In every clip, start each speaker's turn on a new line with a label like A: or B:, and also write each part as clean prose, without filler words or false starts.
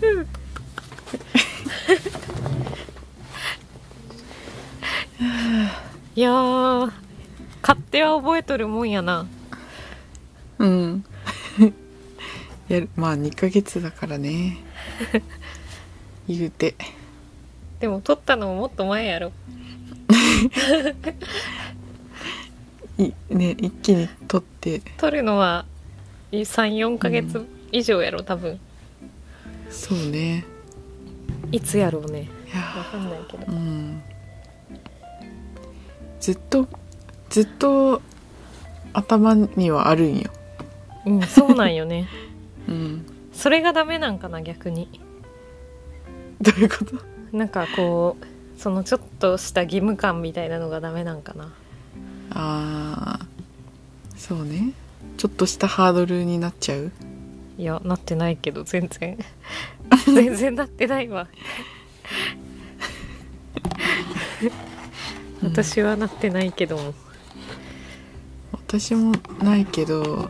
A: いやー、勝手は覚えとるもんやな。
B: うんまあ2ヶ月だからね言うて。
A: でも撮ったのももっと前やろ。
B: ね、一気に撮って。
A: 撮るのは3、4ヶ月以上やろ多分。
B: そうね。
A: いつやろうね。
B: いや
A: わかんないけど。
B: ずっと頭にはあるんよ。
A: そうなんよね。
B: そ
A: れがダメなんかな、逆に。
B: どういうこと？
A: なんかこうそのちょっとした義務感みたいなのがダメなんかな。
B: そうね。ちょっとしたハードルになっちゃう？
A: いや、なってないけど全然なってないわ。私はなってないけども。
B: 私もないけど、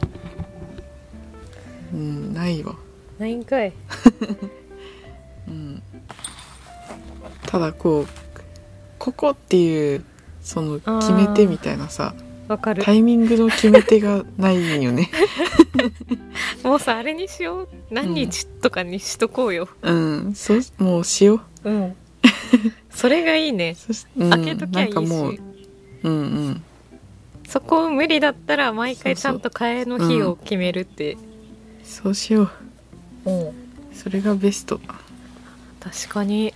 B: ないわ。
A: ないんかい。
B: ただここっていうその決め手みたいなさ、
A: わかる。
B: タイミングの決め手がないんよね。
A: もうさ、あれにしよう。何日とかにしとこうよ。
B: もうしよう。
A: それがいいね。開けときゃいいし。
B: なんかもう
A: そこ無理だったら毎回ちゃんと替えの日を決めるって。
B: そうしよう。それがベスト。
A: 確かに。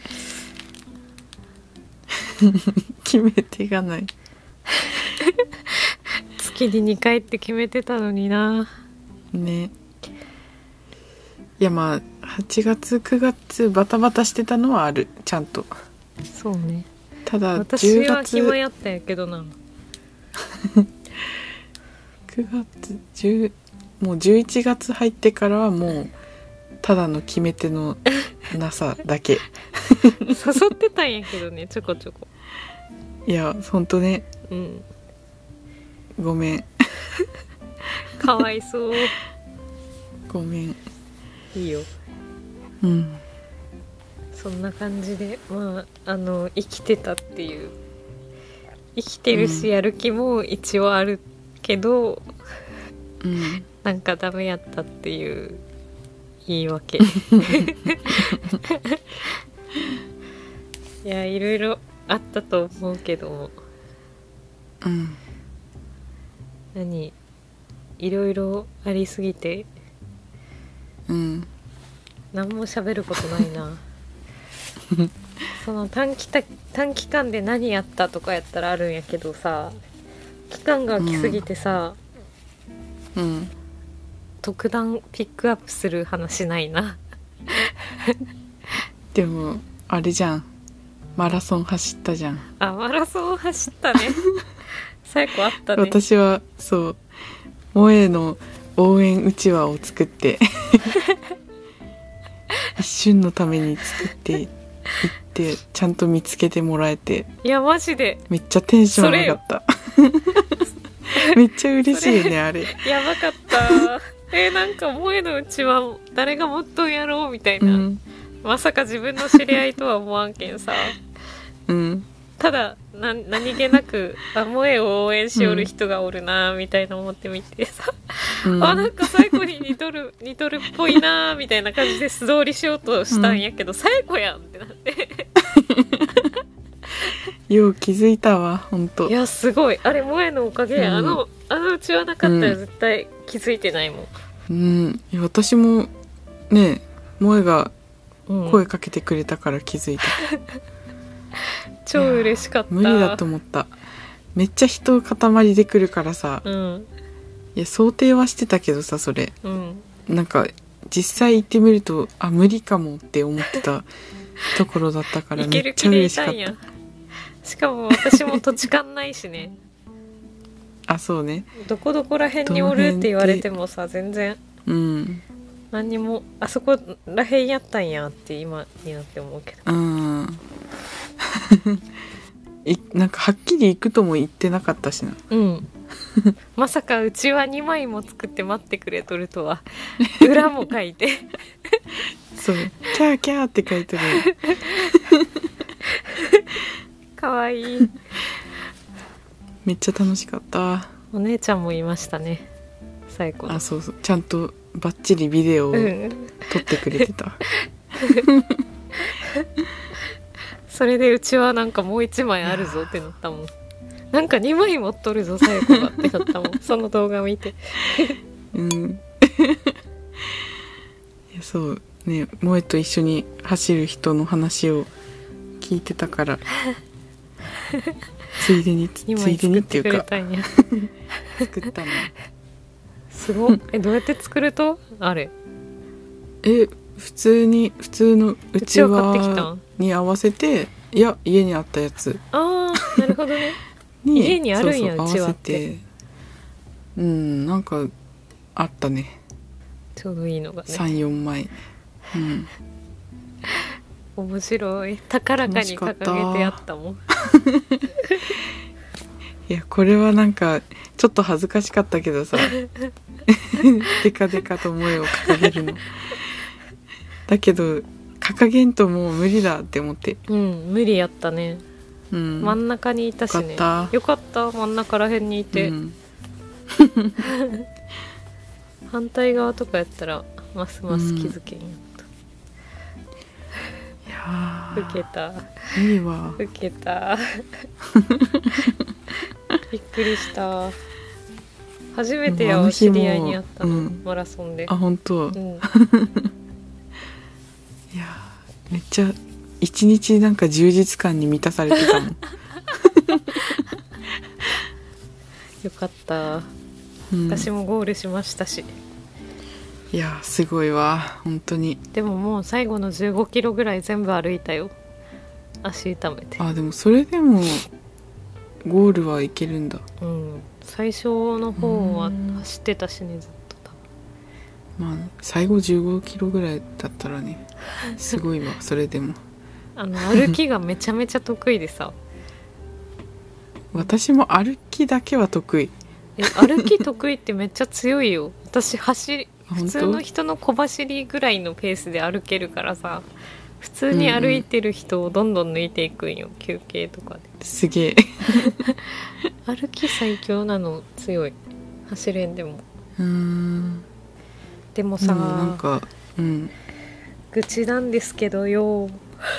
B: 決め手がない。
A: 月に2回って決めてたのにな。
B: ね。いやまあ8月9月バタバタしてたのはある、ちゃんと。
A: そうね。
B: ただ
A: 私は暇やったんやけどな。
B: 9月もう11月入ってからはもうただの決め手のなさだけ。
A: 誘ってたんやけどね、ちょこちょこ。
B: いやほんとね。ごめん。
A: かわいそう。
B: ごめん。
A: いいよ。そんな感じで、まあ生きてたっていう。生きてるし、やる気も一応あるけど、なんかダメやったっていう言い訳。いや、いろいろあったと思うけども、いろいろありすぎて、何も喋ることないな。その短期間で何やったとかやったらあるんやけどさ、期間が空きすぎてさ、特段ピックアップする話ないな。
B: でもあれじゃん、マラソン走ったじゃん。
A: マラソン走ったね。最後あったね。
B: 私はそう萌えの応援うちわを作って一瞬のために作っていってちゃんと見つけてもらえて、
A: いやマジで
B: めっちゃテンション上がった。めっちゃ嬉しいよねあれ。
A: やばかった。なんか萌えのうちわ誰が持っとんやろうみたいな、まさか自分の知り合いとは思わんけんさ。ただ何気なく萌えを応援しおる人がおるなみたいな思ってみてさ、なんか最後に似とるっぽいなみたいな感じで素通りしようとしたんやけど、最後やんってなって。
B: よう気づいたわ、ほんと。
A: いやすごい、あれ萌えのおかげ。あのうちはなかったら絶対気づいてないもん。
B: いや私もね、萌えが声かけてくれたから気づいた。
A: 超嬉しかった。
B: 無理だと思った。めっちゃ人塊で来るからさ、いや想定はしてたけどさ、それ、なんか実際行ってみると無理かもって思ってたところだったからめっちゃ嬉しかった。
A: しかも私も土地勘ないしね。
B: そうね。
A: どこら辺におるって言われてもさ、全然何にもあそこら辺やったんやって今になって思うけど。
B: なんかはっきり行くとも言ってなかったしな。
A: まさかうちは2枚も作って待ってくれとるとは。裏も書いて。
B: そうキャーキャーって書いてる。
A: かわいい。
B: めっちゃ楽しかった。
A: お姉ちゃんもいましたね最後。
B: あ、そうそう、ちゃんとバッチリビデオを撮ってくれてた、
A: それでうちはなんかもう1枚あるぞってなったもん。なんか2枚持っとるぞ最後はってなったもんその動画見て。
B: いやそうね、萌えと一緒に走る人の話を聞いてたからついでにっていうか作ったの。
A: すごい。どうやって作るとあれ。
B: 普通のうちわに合わせて、いや家にあったやつ。
A: ああなるほどね。家にあるんや。うちわって。
B: なんかあったね。
A: ちょうどいいのがね。
B: 3,4 枚。
A: 面白い。高らかに掲げてあったもん。
B: いやこれはなんかちょっと恥ずかしかったけどさデカデカと萌えを掲げるのだけど掲げんともう無理だって思って。
A: 無理やったね。真ん中にいたしね。よかった真ん中らへんにいて、反対側とかやったらますます気づけんやった、いやウケた。
B: いいわ。
A: ウケたびっくりした。初めてや知り合いに会ったの、マラソンで。
B: あ、本当。いやめっちゃ一日なんか充実感に満たされてたもん
A: よかった、私もゴールしましたし。
B: いやすごいわ本当に。
A: でももう最後の15キロぐらい全部歩いたよ、足痛めて。
B: あ、でもそれでもゴールはいけるんだ。
A: 最初の方は走ってたしね、ずっと。
B: まあ最後15キロぐらいだったらねすごいわそれでも。
A: 歩きがめちゃめちゃ得意でさ
B: 私も歩きだけは得意。
A: 歩き得意ってめっちゃ強いよ。私普通の人の小走りぐらいのペースで歩けるからさ、普通に歩いてる人をどんどん抜いていくんよ、休憩とかで。
B: すげえ
A: 歩き最強なの。強い。走れんでも。でもさ、
B: なんか
A: 愚痴なんですけどよ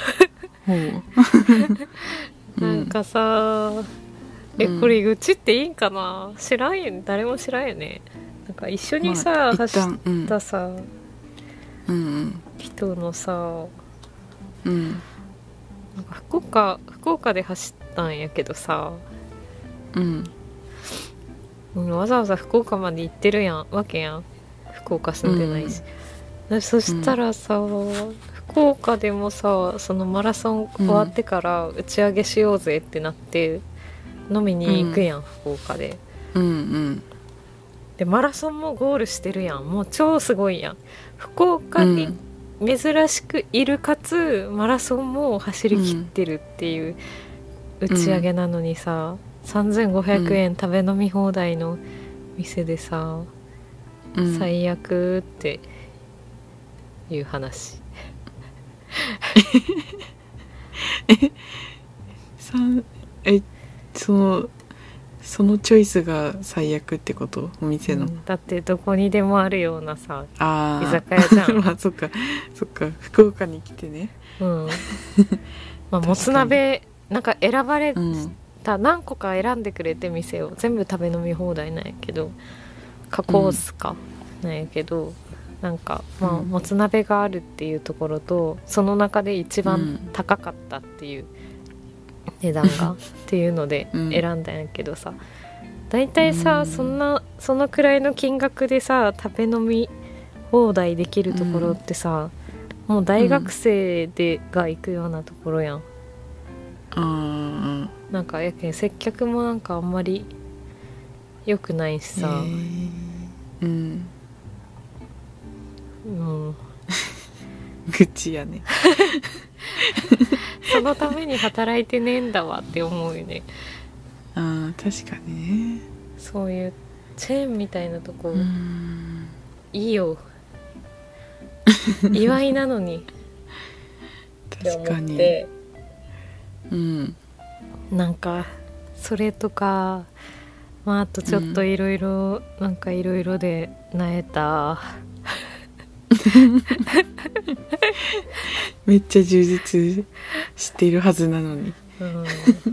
A: なんかさ、これ愚痴っていいんかな。知らんよね、誰も知らんよね。なんか一緒にさ、走ったさ、人のさ、なんか福岡で走ったんやけどさ、わざわざ福岡まで行ってるわけやん。福岡住んでないし、そしたらさ、福岡でもさ、そのマラソン終わってから打ち上げしようぜってなって飲みに行くやん、福岡で。でマラソンもゴールしてるやん。もう超すごいやん。福岡に珍しくいるかつマラソンも走り切ってるっていう打ち上げなのにさ、3500円食べ飲み放題の店でさ、最悪っていう話
B: そのチョイスが最悪ってこと？お店の、
A: だってどこにでもあるようなさ、
B: 居
A: 酒屋じゃん
B: まあそっか福岡に来てね
A: まあ、もつ鍋なんか選ばれた、何個か選んでくれて店を全部食べ飲み放題なんやけど、コースかなんやけど、なんか、まあ、もつ鍋があるっていうところと、その中で一番高かったっていう値段がっていうので選んだんやけどさ、だいたいさ、そのくらいの金額でさ食べ飲み放題できるところってさ、もう大学生が行くようなところやん。なんかやけん接客もなんかあんまり良くないしさ、
B: 愚痴やね
A: そのために働いてねえんだわって思うよね。
B: 確かにね。
A: そういうチェーンみたいなとこいいよ祝いなのにって思って、うん、なんかそれとか、まあ、あとちょっといろいろなんかいろいろで萎えた
B: めっちゃ充実しているはずなのに、うん、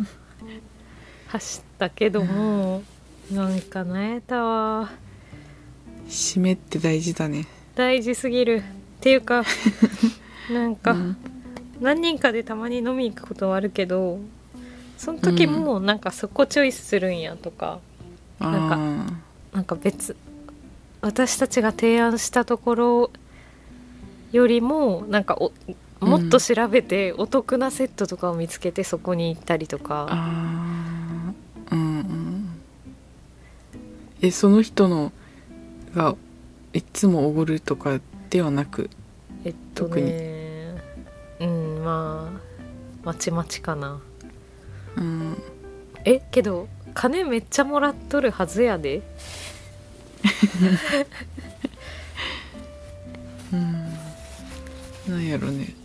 A: 走ったけどもなんか萎えたわ。
B: 締めって大事だね。
A: 大事すぎるっていうかなんか、うん、何人かでたまに飲みに行くことはあるけど、その時もなんかそこチョイスするんやとか、うん、なんか別私たちが提案したところよりもなんかもっと調べてお得なセットとかを見つけてそこに行ったりとか、
B: その人のがいつもおごるとかではなく、特に
A: まあまちまちかな。けど金めっちゃもらっとるはずやで
B: なんやろね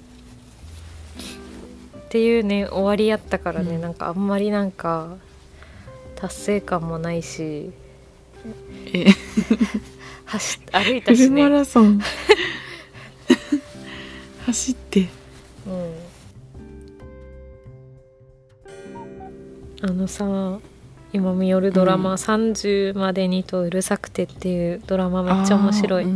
A: っていうね終わりやったからね、なんかあんまりなんか達成感もないし、歩いたしね、
B: フルマラソン走って、
A: さ今見よるドラマ、30までにとうるさくてっていうドラマめっちゃ面白い。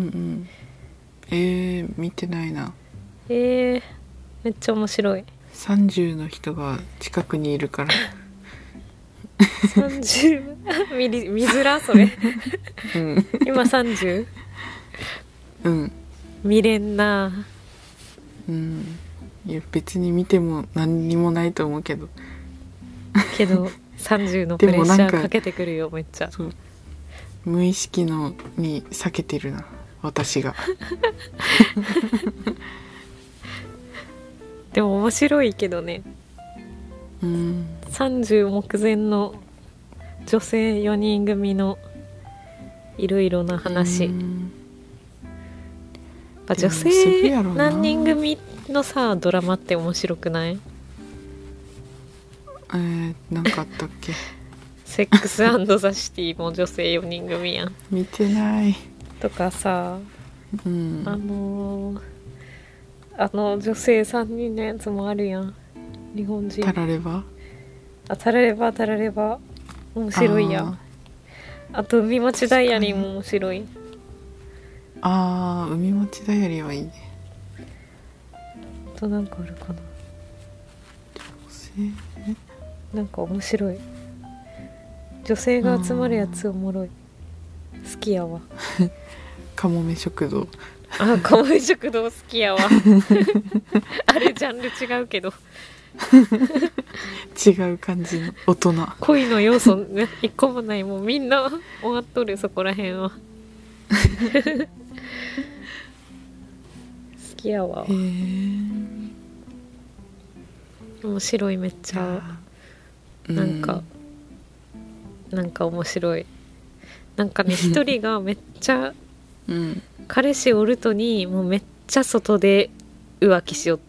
B: 見てないな。
A: めっちゃ面白い。
B: 30の人が近くにいるから
A: 30見づらそれ、今 30？ 見れんな。
B: いや別に見ても何にもないと思うけど
A: 30のプレッシャーかけてくるよめっちゃ。そう
B: 無意識のに避けてるな私が
A: でも面白いけどね。30目前の女性4人組のいろいろな話、女性何人組のさドラマって面白くない？
B: なんかあったっけ
A: セックス&ザシティも女性4人組やん。
B: 見てない
A: とかさ、あの女性3人のやつもあるやん日本人。
B: タラレバ
A: 面白いやん。あと海町ダイアリーも面白い。
B: 海町ダイアリーはいいね。
A: あとなんかあるかな。なんか面白い。女性が集まるやつおもろい。好きやわ
B: かもめ食堂。
A: かもめ食堂好きやわあれジャンル違うけど
B: 違う感じの大人。
A: 恋の要素ね一個もない。もうみんな終わっとるそこらへんは好きやわ。面白いめっちゃ。なんか面白い。なんかね一人がめっちゃ、彼氏おるとにもうめっちゃ外で浮気しよって、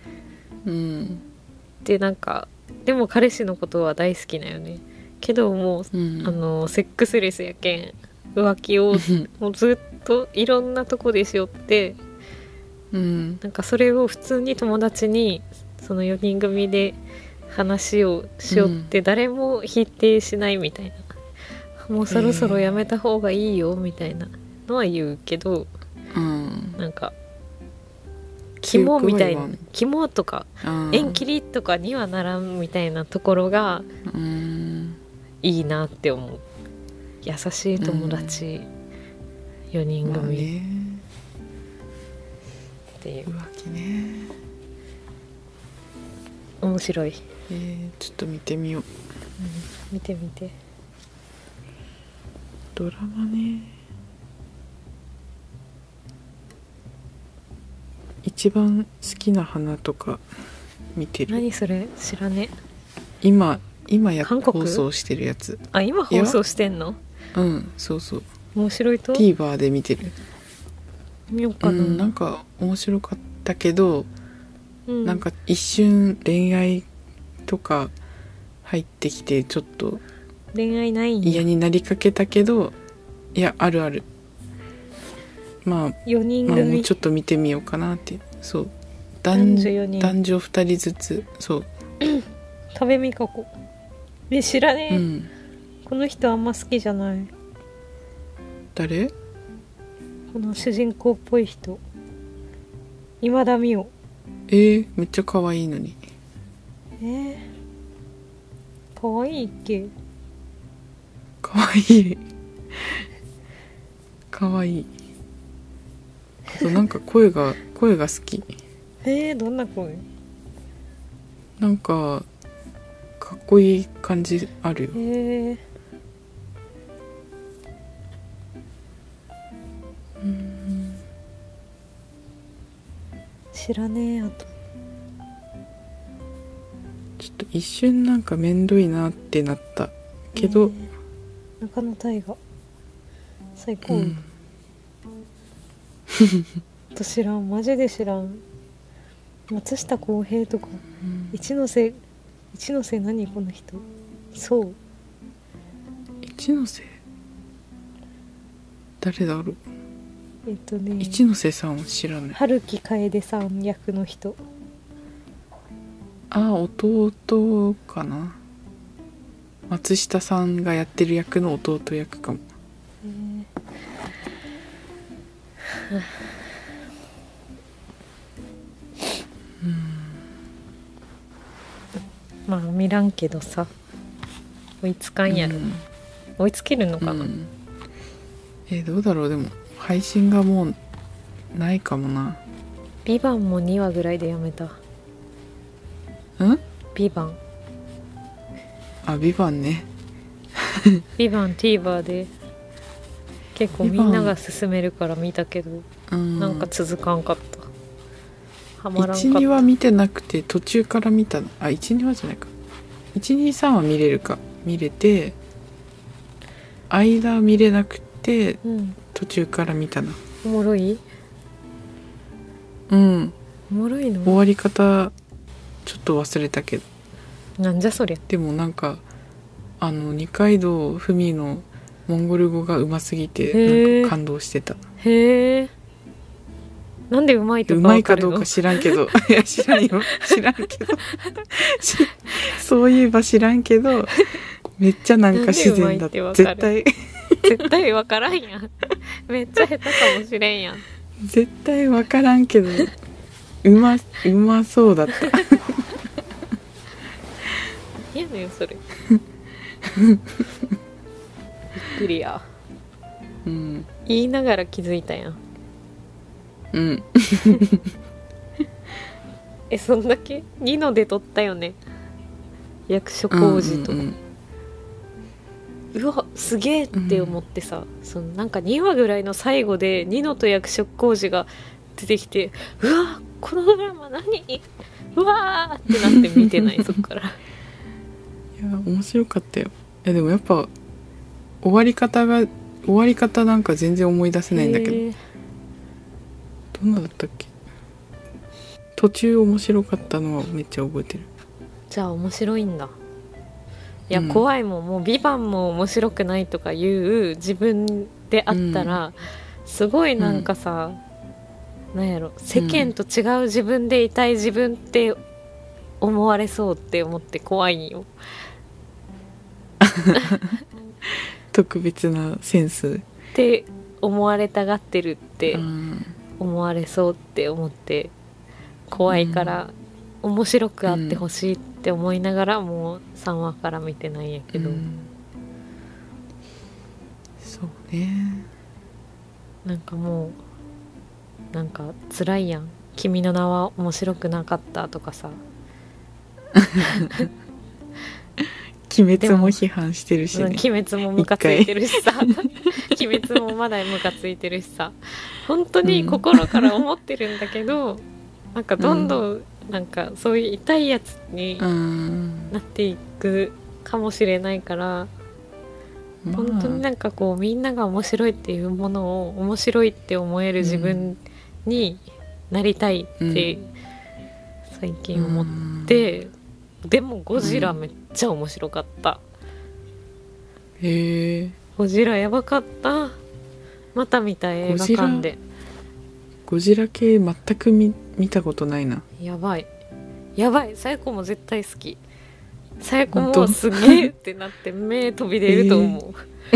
A: でなんかでも彼氏のことは大好きなよね。けどもう、セックスレスやけん浮気をもうずっといろんなとこでしよって、なんかそれを普通に友達にその4人組で話をしよって、誰も否定しないみたいな、もうそろそろやめた方がいいよみたいなのは言うけど、なんか肝みたいな、肝とか縁切りとかにはならんみたいなところがいいなって思う。優しい友達、4人組っていう。
B: 浮気ね、
A: 面白い。
B: ちょっと見てみよう。
A: 見てみて。
B: ドラマね。一番好きな花とか見てる。
A: 何それ知らね。
B: 今放送してるやつ。
A: 今放送してんの？
B: そうそう。
A: 面白いと。
B: TVer で見てる。
A: 見ようかな、
B: なんか面白かったけど、なんか一瞬恋愛とか入ってきてちょっと
A: 恋愛ないんや
B: 嫌になりかけたけど、いやあるある。まあ
A: 4人組、
B: もうちょっと見てみようかなって。そう
A: 男女4人、
B: 男女2人ずつ。そう
A: 多部未華子知らねえ、この人あんま好きじゃない。
B: 誰？
A: この主人公っぽい人、今田美桜。
B: めっちゃ可愛いのに。
A: 可愛いっけ？
B: 可愛い可愛い。そう、なんか声が好き。
A: どんな声？
B: なんかかっこいい感じあるよ。
A: 知らねえ。あと
B: ちょっと一瞬なんかめんどいなってなったけど、
A: 中野大河最高。知らん、マジで知らん。松下洸平とか、一ノ瀬何この人。そう
B: 一ノ瀬誰だろう。
A: ね、
B: 一ノ瀬さんは知らない。
A: 春木楓さん役の人。
B: 弟かな。松下さんがやってる役の弟役かも。
A: まあ見らんけどさ、追いつかんやろ、追いつけるのかな、
B: どうだろう。でも配信がもうないかもな。
A: ビバンも2話ぐらいでやめた。ビバン
B: ビバンね
A: ビバン TVer で結構みんなが勧めるから見たけど、なんか続かんかった。ハマらんかった。
B: 1,2 話見てなくて途中から見たの。1,2 話じゃないか。1,2,3 話見れて、間見れなくて、途中から見たな。
A: おもろい？おもろいの？
B: 終わり方ちょっと忘れたけど。
A: なんじゃそりゃ。
B: でもなんか二階堂ふみのモンゴル語がうますぎて、なんか感動してた。
A: なんでうまいとか
B: うまいかどうか知らんけどいや知らんけどそういえば知らんけど、めっちゃなんか自然だった。絶
A: 対分からんやん。めっちゃ下手かもしれんやん。
B: 絶対分からんけどうまそうだった
A: いやねんそれびっくりや。言いながら気づいたやん。そんだけニノで撮ったよね、役所広司と。うわすげえって思ってさ、なんか2話ぐらいの最後でニノと役所広司が出てきて、うわこのドラマ何、うわーってなって見てないそっから。い
B: や面白かったよ。でもやっぱ終わり方なんか全然思い出せないんだけど、どんなだったっけ。途中面白かったのはめっちゃ覚えてる。
A: じゃあ面白いんだ。いや、怖いもん。もうビバンも面白くないとかいう自分であったら、すごいなんかさ、なんやろ、世間と違う自分でいたい自分って思われそうって思って怖いんよ。
B: 特別なセンス
A: って思われたがってるって思われそうって思って怖いから、面白くあってほしいって思いながらもう3話から見てないんやけど、
B: そうね。
A: なんかもうなんか辛いやん。君の名は面白くなかったとかさ。
B: 鬼滅も批判してるしね。
A: 鬼滅もムカついてるしさ。鬼滅もまだムカついてるしさ。本当に心から思ってるんだけど、なんかどんどんなんかそういう痛いやつになっていくかもしれないから、 本当になんかこうみんなが面白いっていうものを面白いって思える自分になりたいって最近思って、でもゴジラめっちゃ面白かった。
B: へえ。
A: ゴジラやばかった。また見た映画館で。
B: ゴジラ系全く見たことないな。
A: やばいやばい。さやこも絶対好き。さやこもすげえってなって目飛び出ると思う。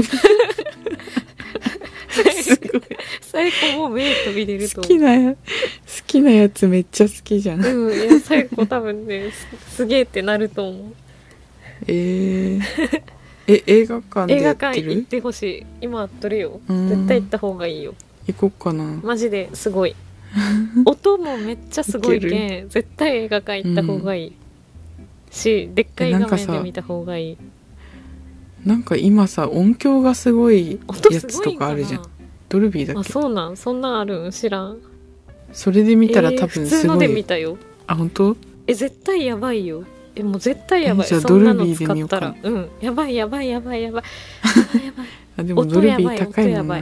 B: すごい。
A: さやこも目飛び出ると思う。
B: 好きなやつめっちゃ好きじゃん。
A: うん、いやさやこ多分ねすげえってなると思う。
B: 映画館でやってる？
A: 映画館行ってほしい。今やっとるよ。絶対行った方がいいよ。
B: 行こっかな。
A: マジですごい。音もめっちゃすごいけん絶対映画館行った方がいい、しでっかい画面で見た方がいい。
B: なんか今さ音響がすごいやつとかあるじゃん。ドルビーだっけ？
A: あ、そうなん？そんなんあるん？知らん。
B: それで見たら多分すごい、
A: 普通ので見たよ。
B: あ、本当？
A: 絶対やばいよ。もう絶対やばい。
B: じゃあドルビーで見ようかな。
A: そんなの使ったら、うん、やばいやばいやばいやばい
B: あ、でもドルビー高いもんな。
A: 音やばい。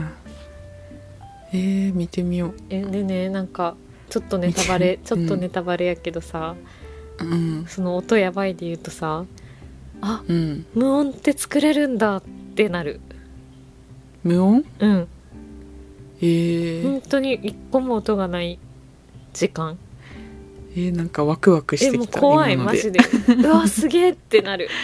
B: 見てみよう。
A: でね、なんかちょっとネタバレやけどさ、その音やばいで言うとさ、あ、無音って作れるんだってなる。
B: 無音？
A: うん。本当に一個も音がない時間。
B: なんかワクワクしてきた。
A: もう怖いマジで。うわすげえってなる。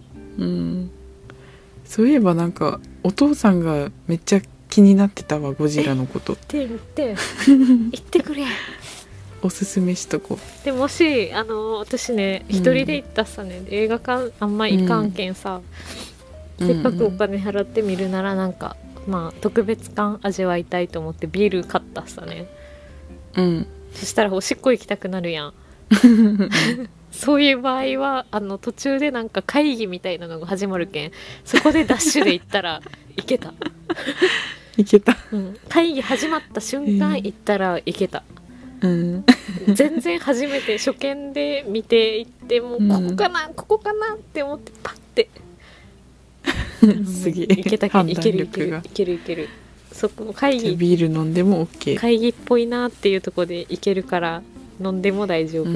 B: そういえばなんかお父さんがめっちゃ気になってたわ、ゴジラのこと。
A: 言ってくれ。
B: おすすめしとこ
A: う。でもし私ね一人で行ったさね、映画館あんま行かんけんさ、せっかくお金払って見るならなんか、まあ特別感味わいたいと思ってビール買ったさね。そしたらおしっこ行きたくなるやん。そういう場合は途中でなんか会議みたいなのが始まるけん、そこでダッシュで行ったら行けた。
B: いけた、
A: 会議始まった瞬間行ったらいけた、全然初めて初見で見ていってもここかなって思ってパッて
B: すげえ
A: いけたけど、いける。そこ会議
B: ビール飲んでも OK。
A: 会議っぽいなっていうところでいけるから飲んでも大丈夫。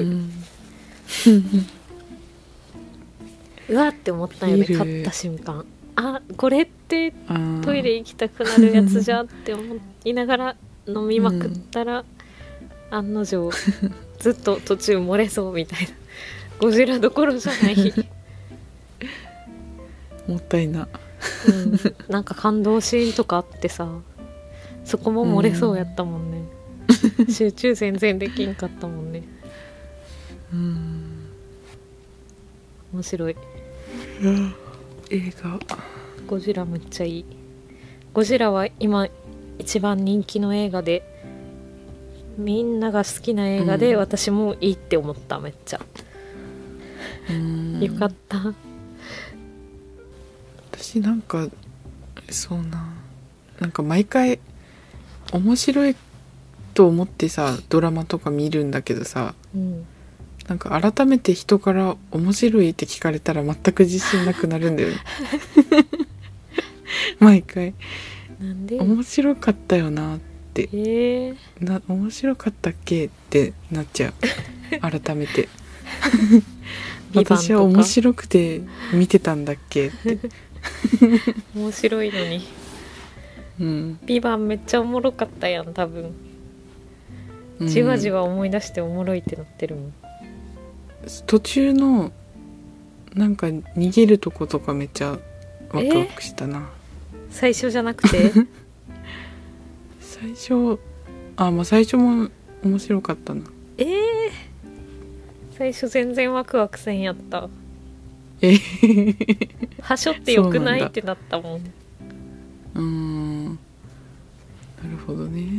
A: うわって思ったよね、買った瞬間。あ、これってトイレ行きたくなるやつじゃって思いながら飲みまくったら、案の定ずっと途中漏れそうみたいな。ゴジラどころじゃない。
B: もったいな。
A: なんか感動シーンとかあってさ、そこも漏れそうやったもんね。集中全然できんかったもんね。面白い。
B: 映画
A: ゴジラめっちゃいい。ゴジラは今一番人気の映画で、みんなが好きな映画で、私もいいって思った。めっちゃよかった。
B: 私なんかなんか毎回面白いと思ってさドラマとか見るんだけどさ、なんか改めて人から面白いって聞かれたら全く自信なくなるんだよね。毎回
A: なんで
B: 面白かったよなって、面白かったっけってなっちゃう。改めて私は面白くて見てたんだっけって
A: 面白いのに。ビバンめっちゃおもろかったやん多分。じわじわ思い出しておもろいってなってるもん。
B: 途中のなんか逃げるとことかめっちゃワクワクしたな。
A: 最初じゃなくて
B: 最初最初も面白かったな。
A: 最初全然ワクワクせんやった。はしょってよくないってなったもん。
B: なるほどね。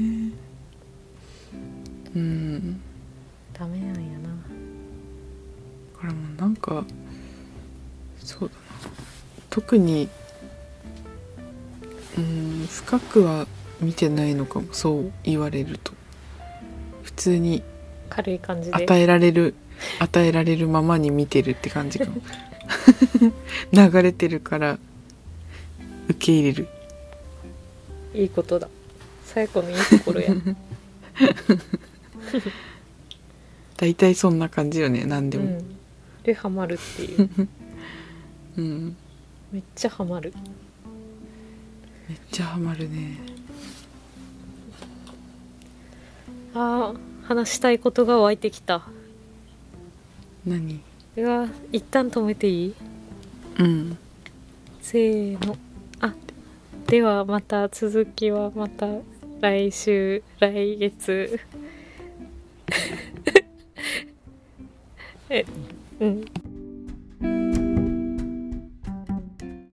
A: ダメなんやな。
B: だからもうなんかそうだな、特に深くは見てないのかも。そう言われると普通に
A: 軽い感じで
B: 与えられるままに見てるって感じかも。流れてるから受け入れる。
A: いいことだ。さや子のいいところや。
B: 大体そんな感じよね、何でも。
A: でハマるっていう。めっちゃハマる。
B: めっちゃハマるね。
A: 話したいことが湧いてきた。
B: 何？
A: 一旦止めていい？せーの。ではまた続きはまた来週、来月。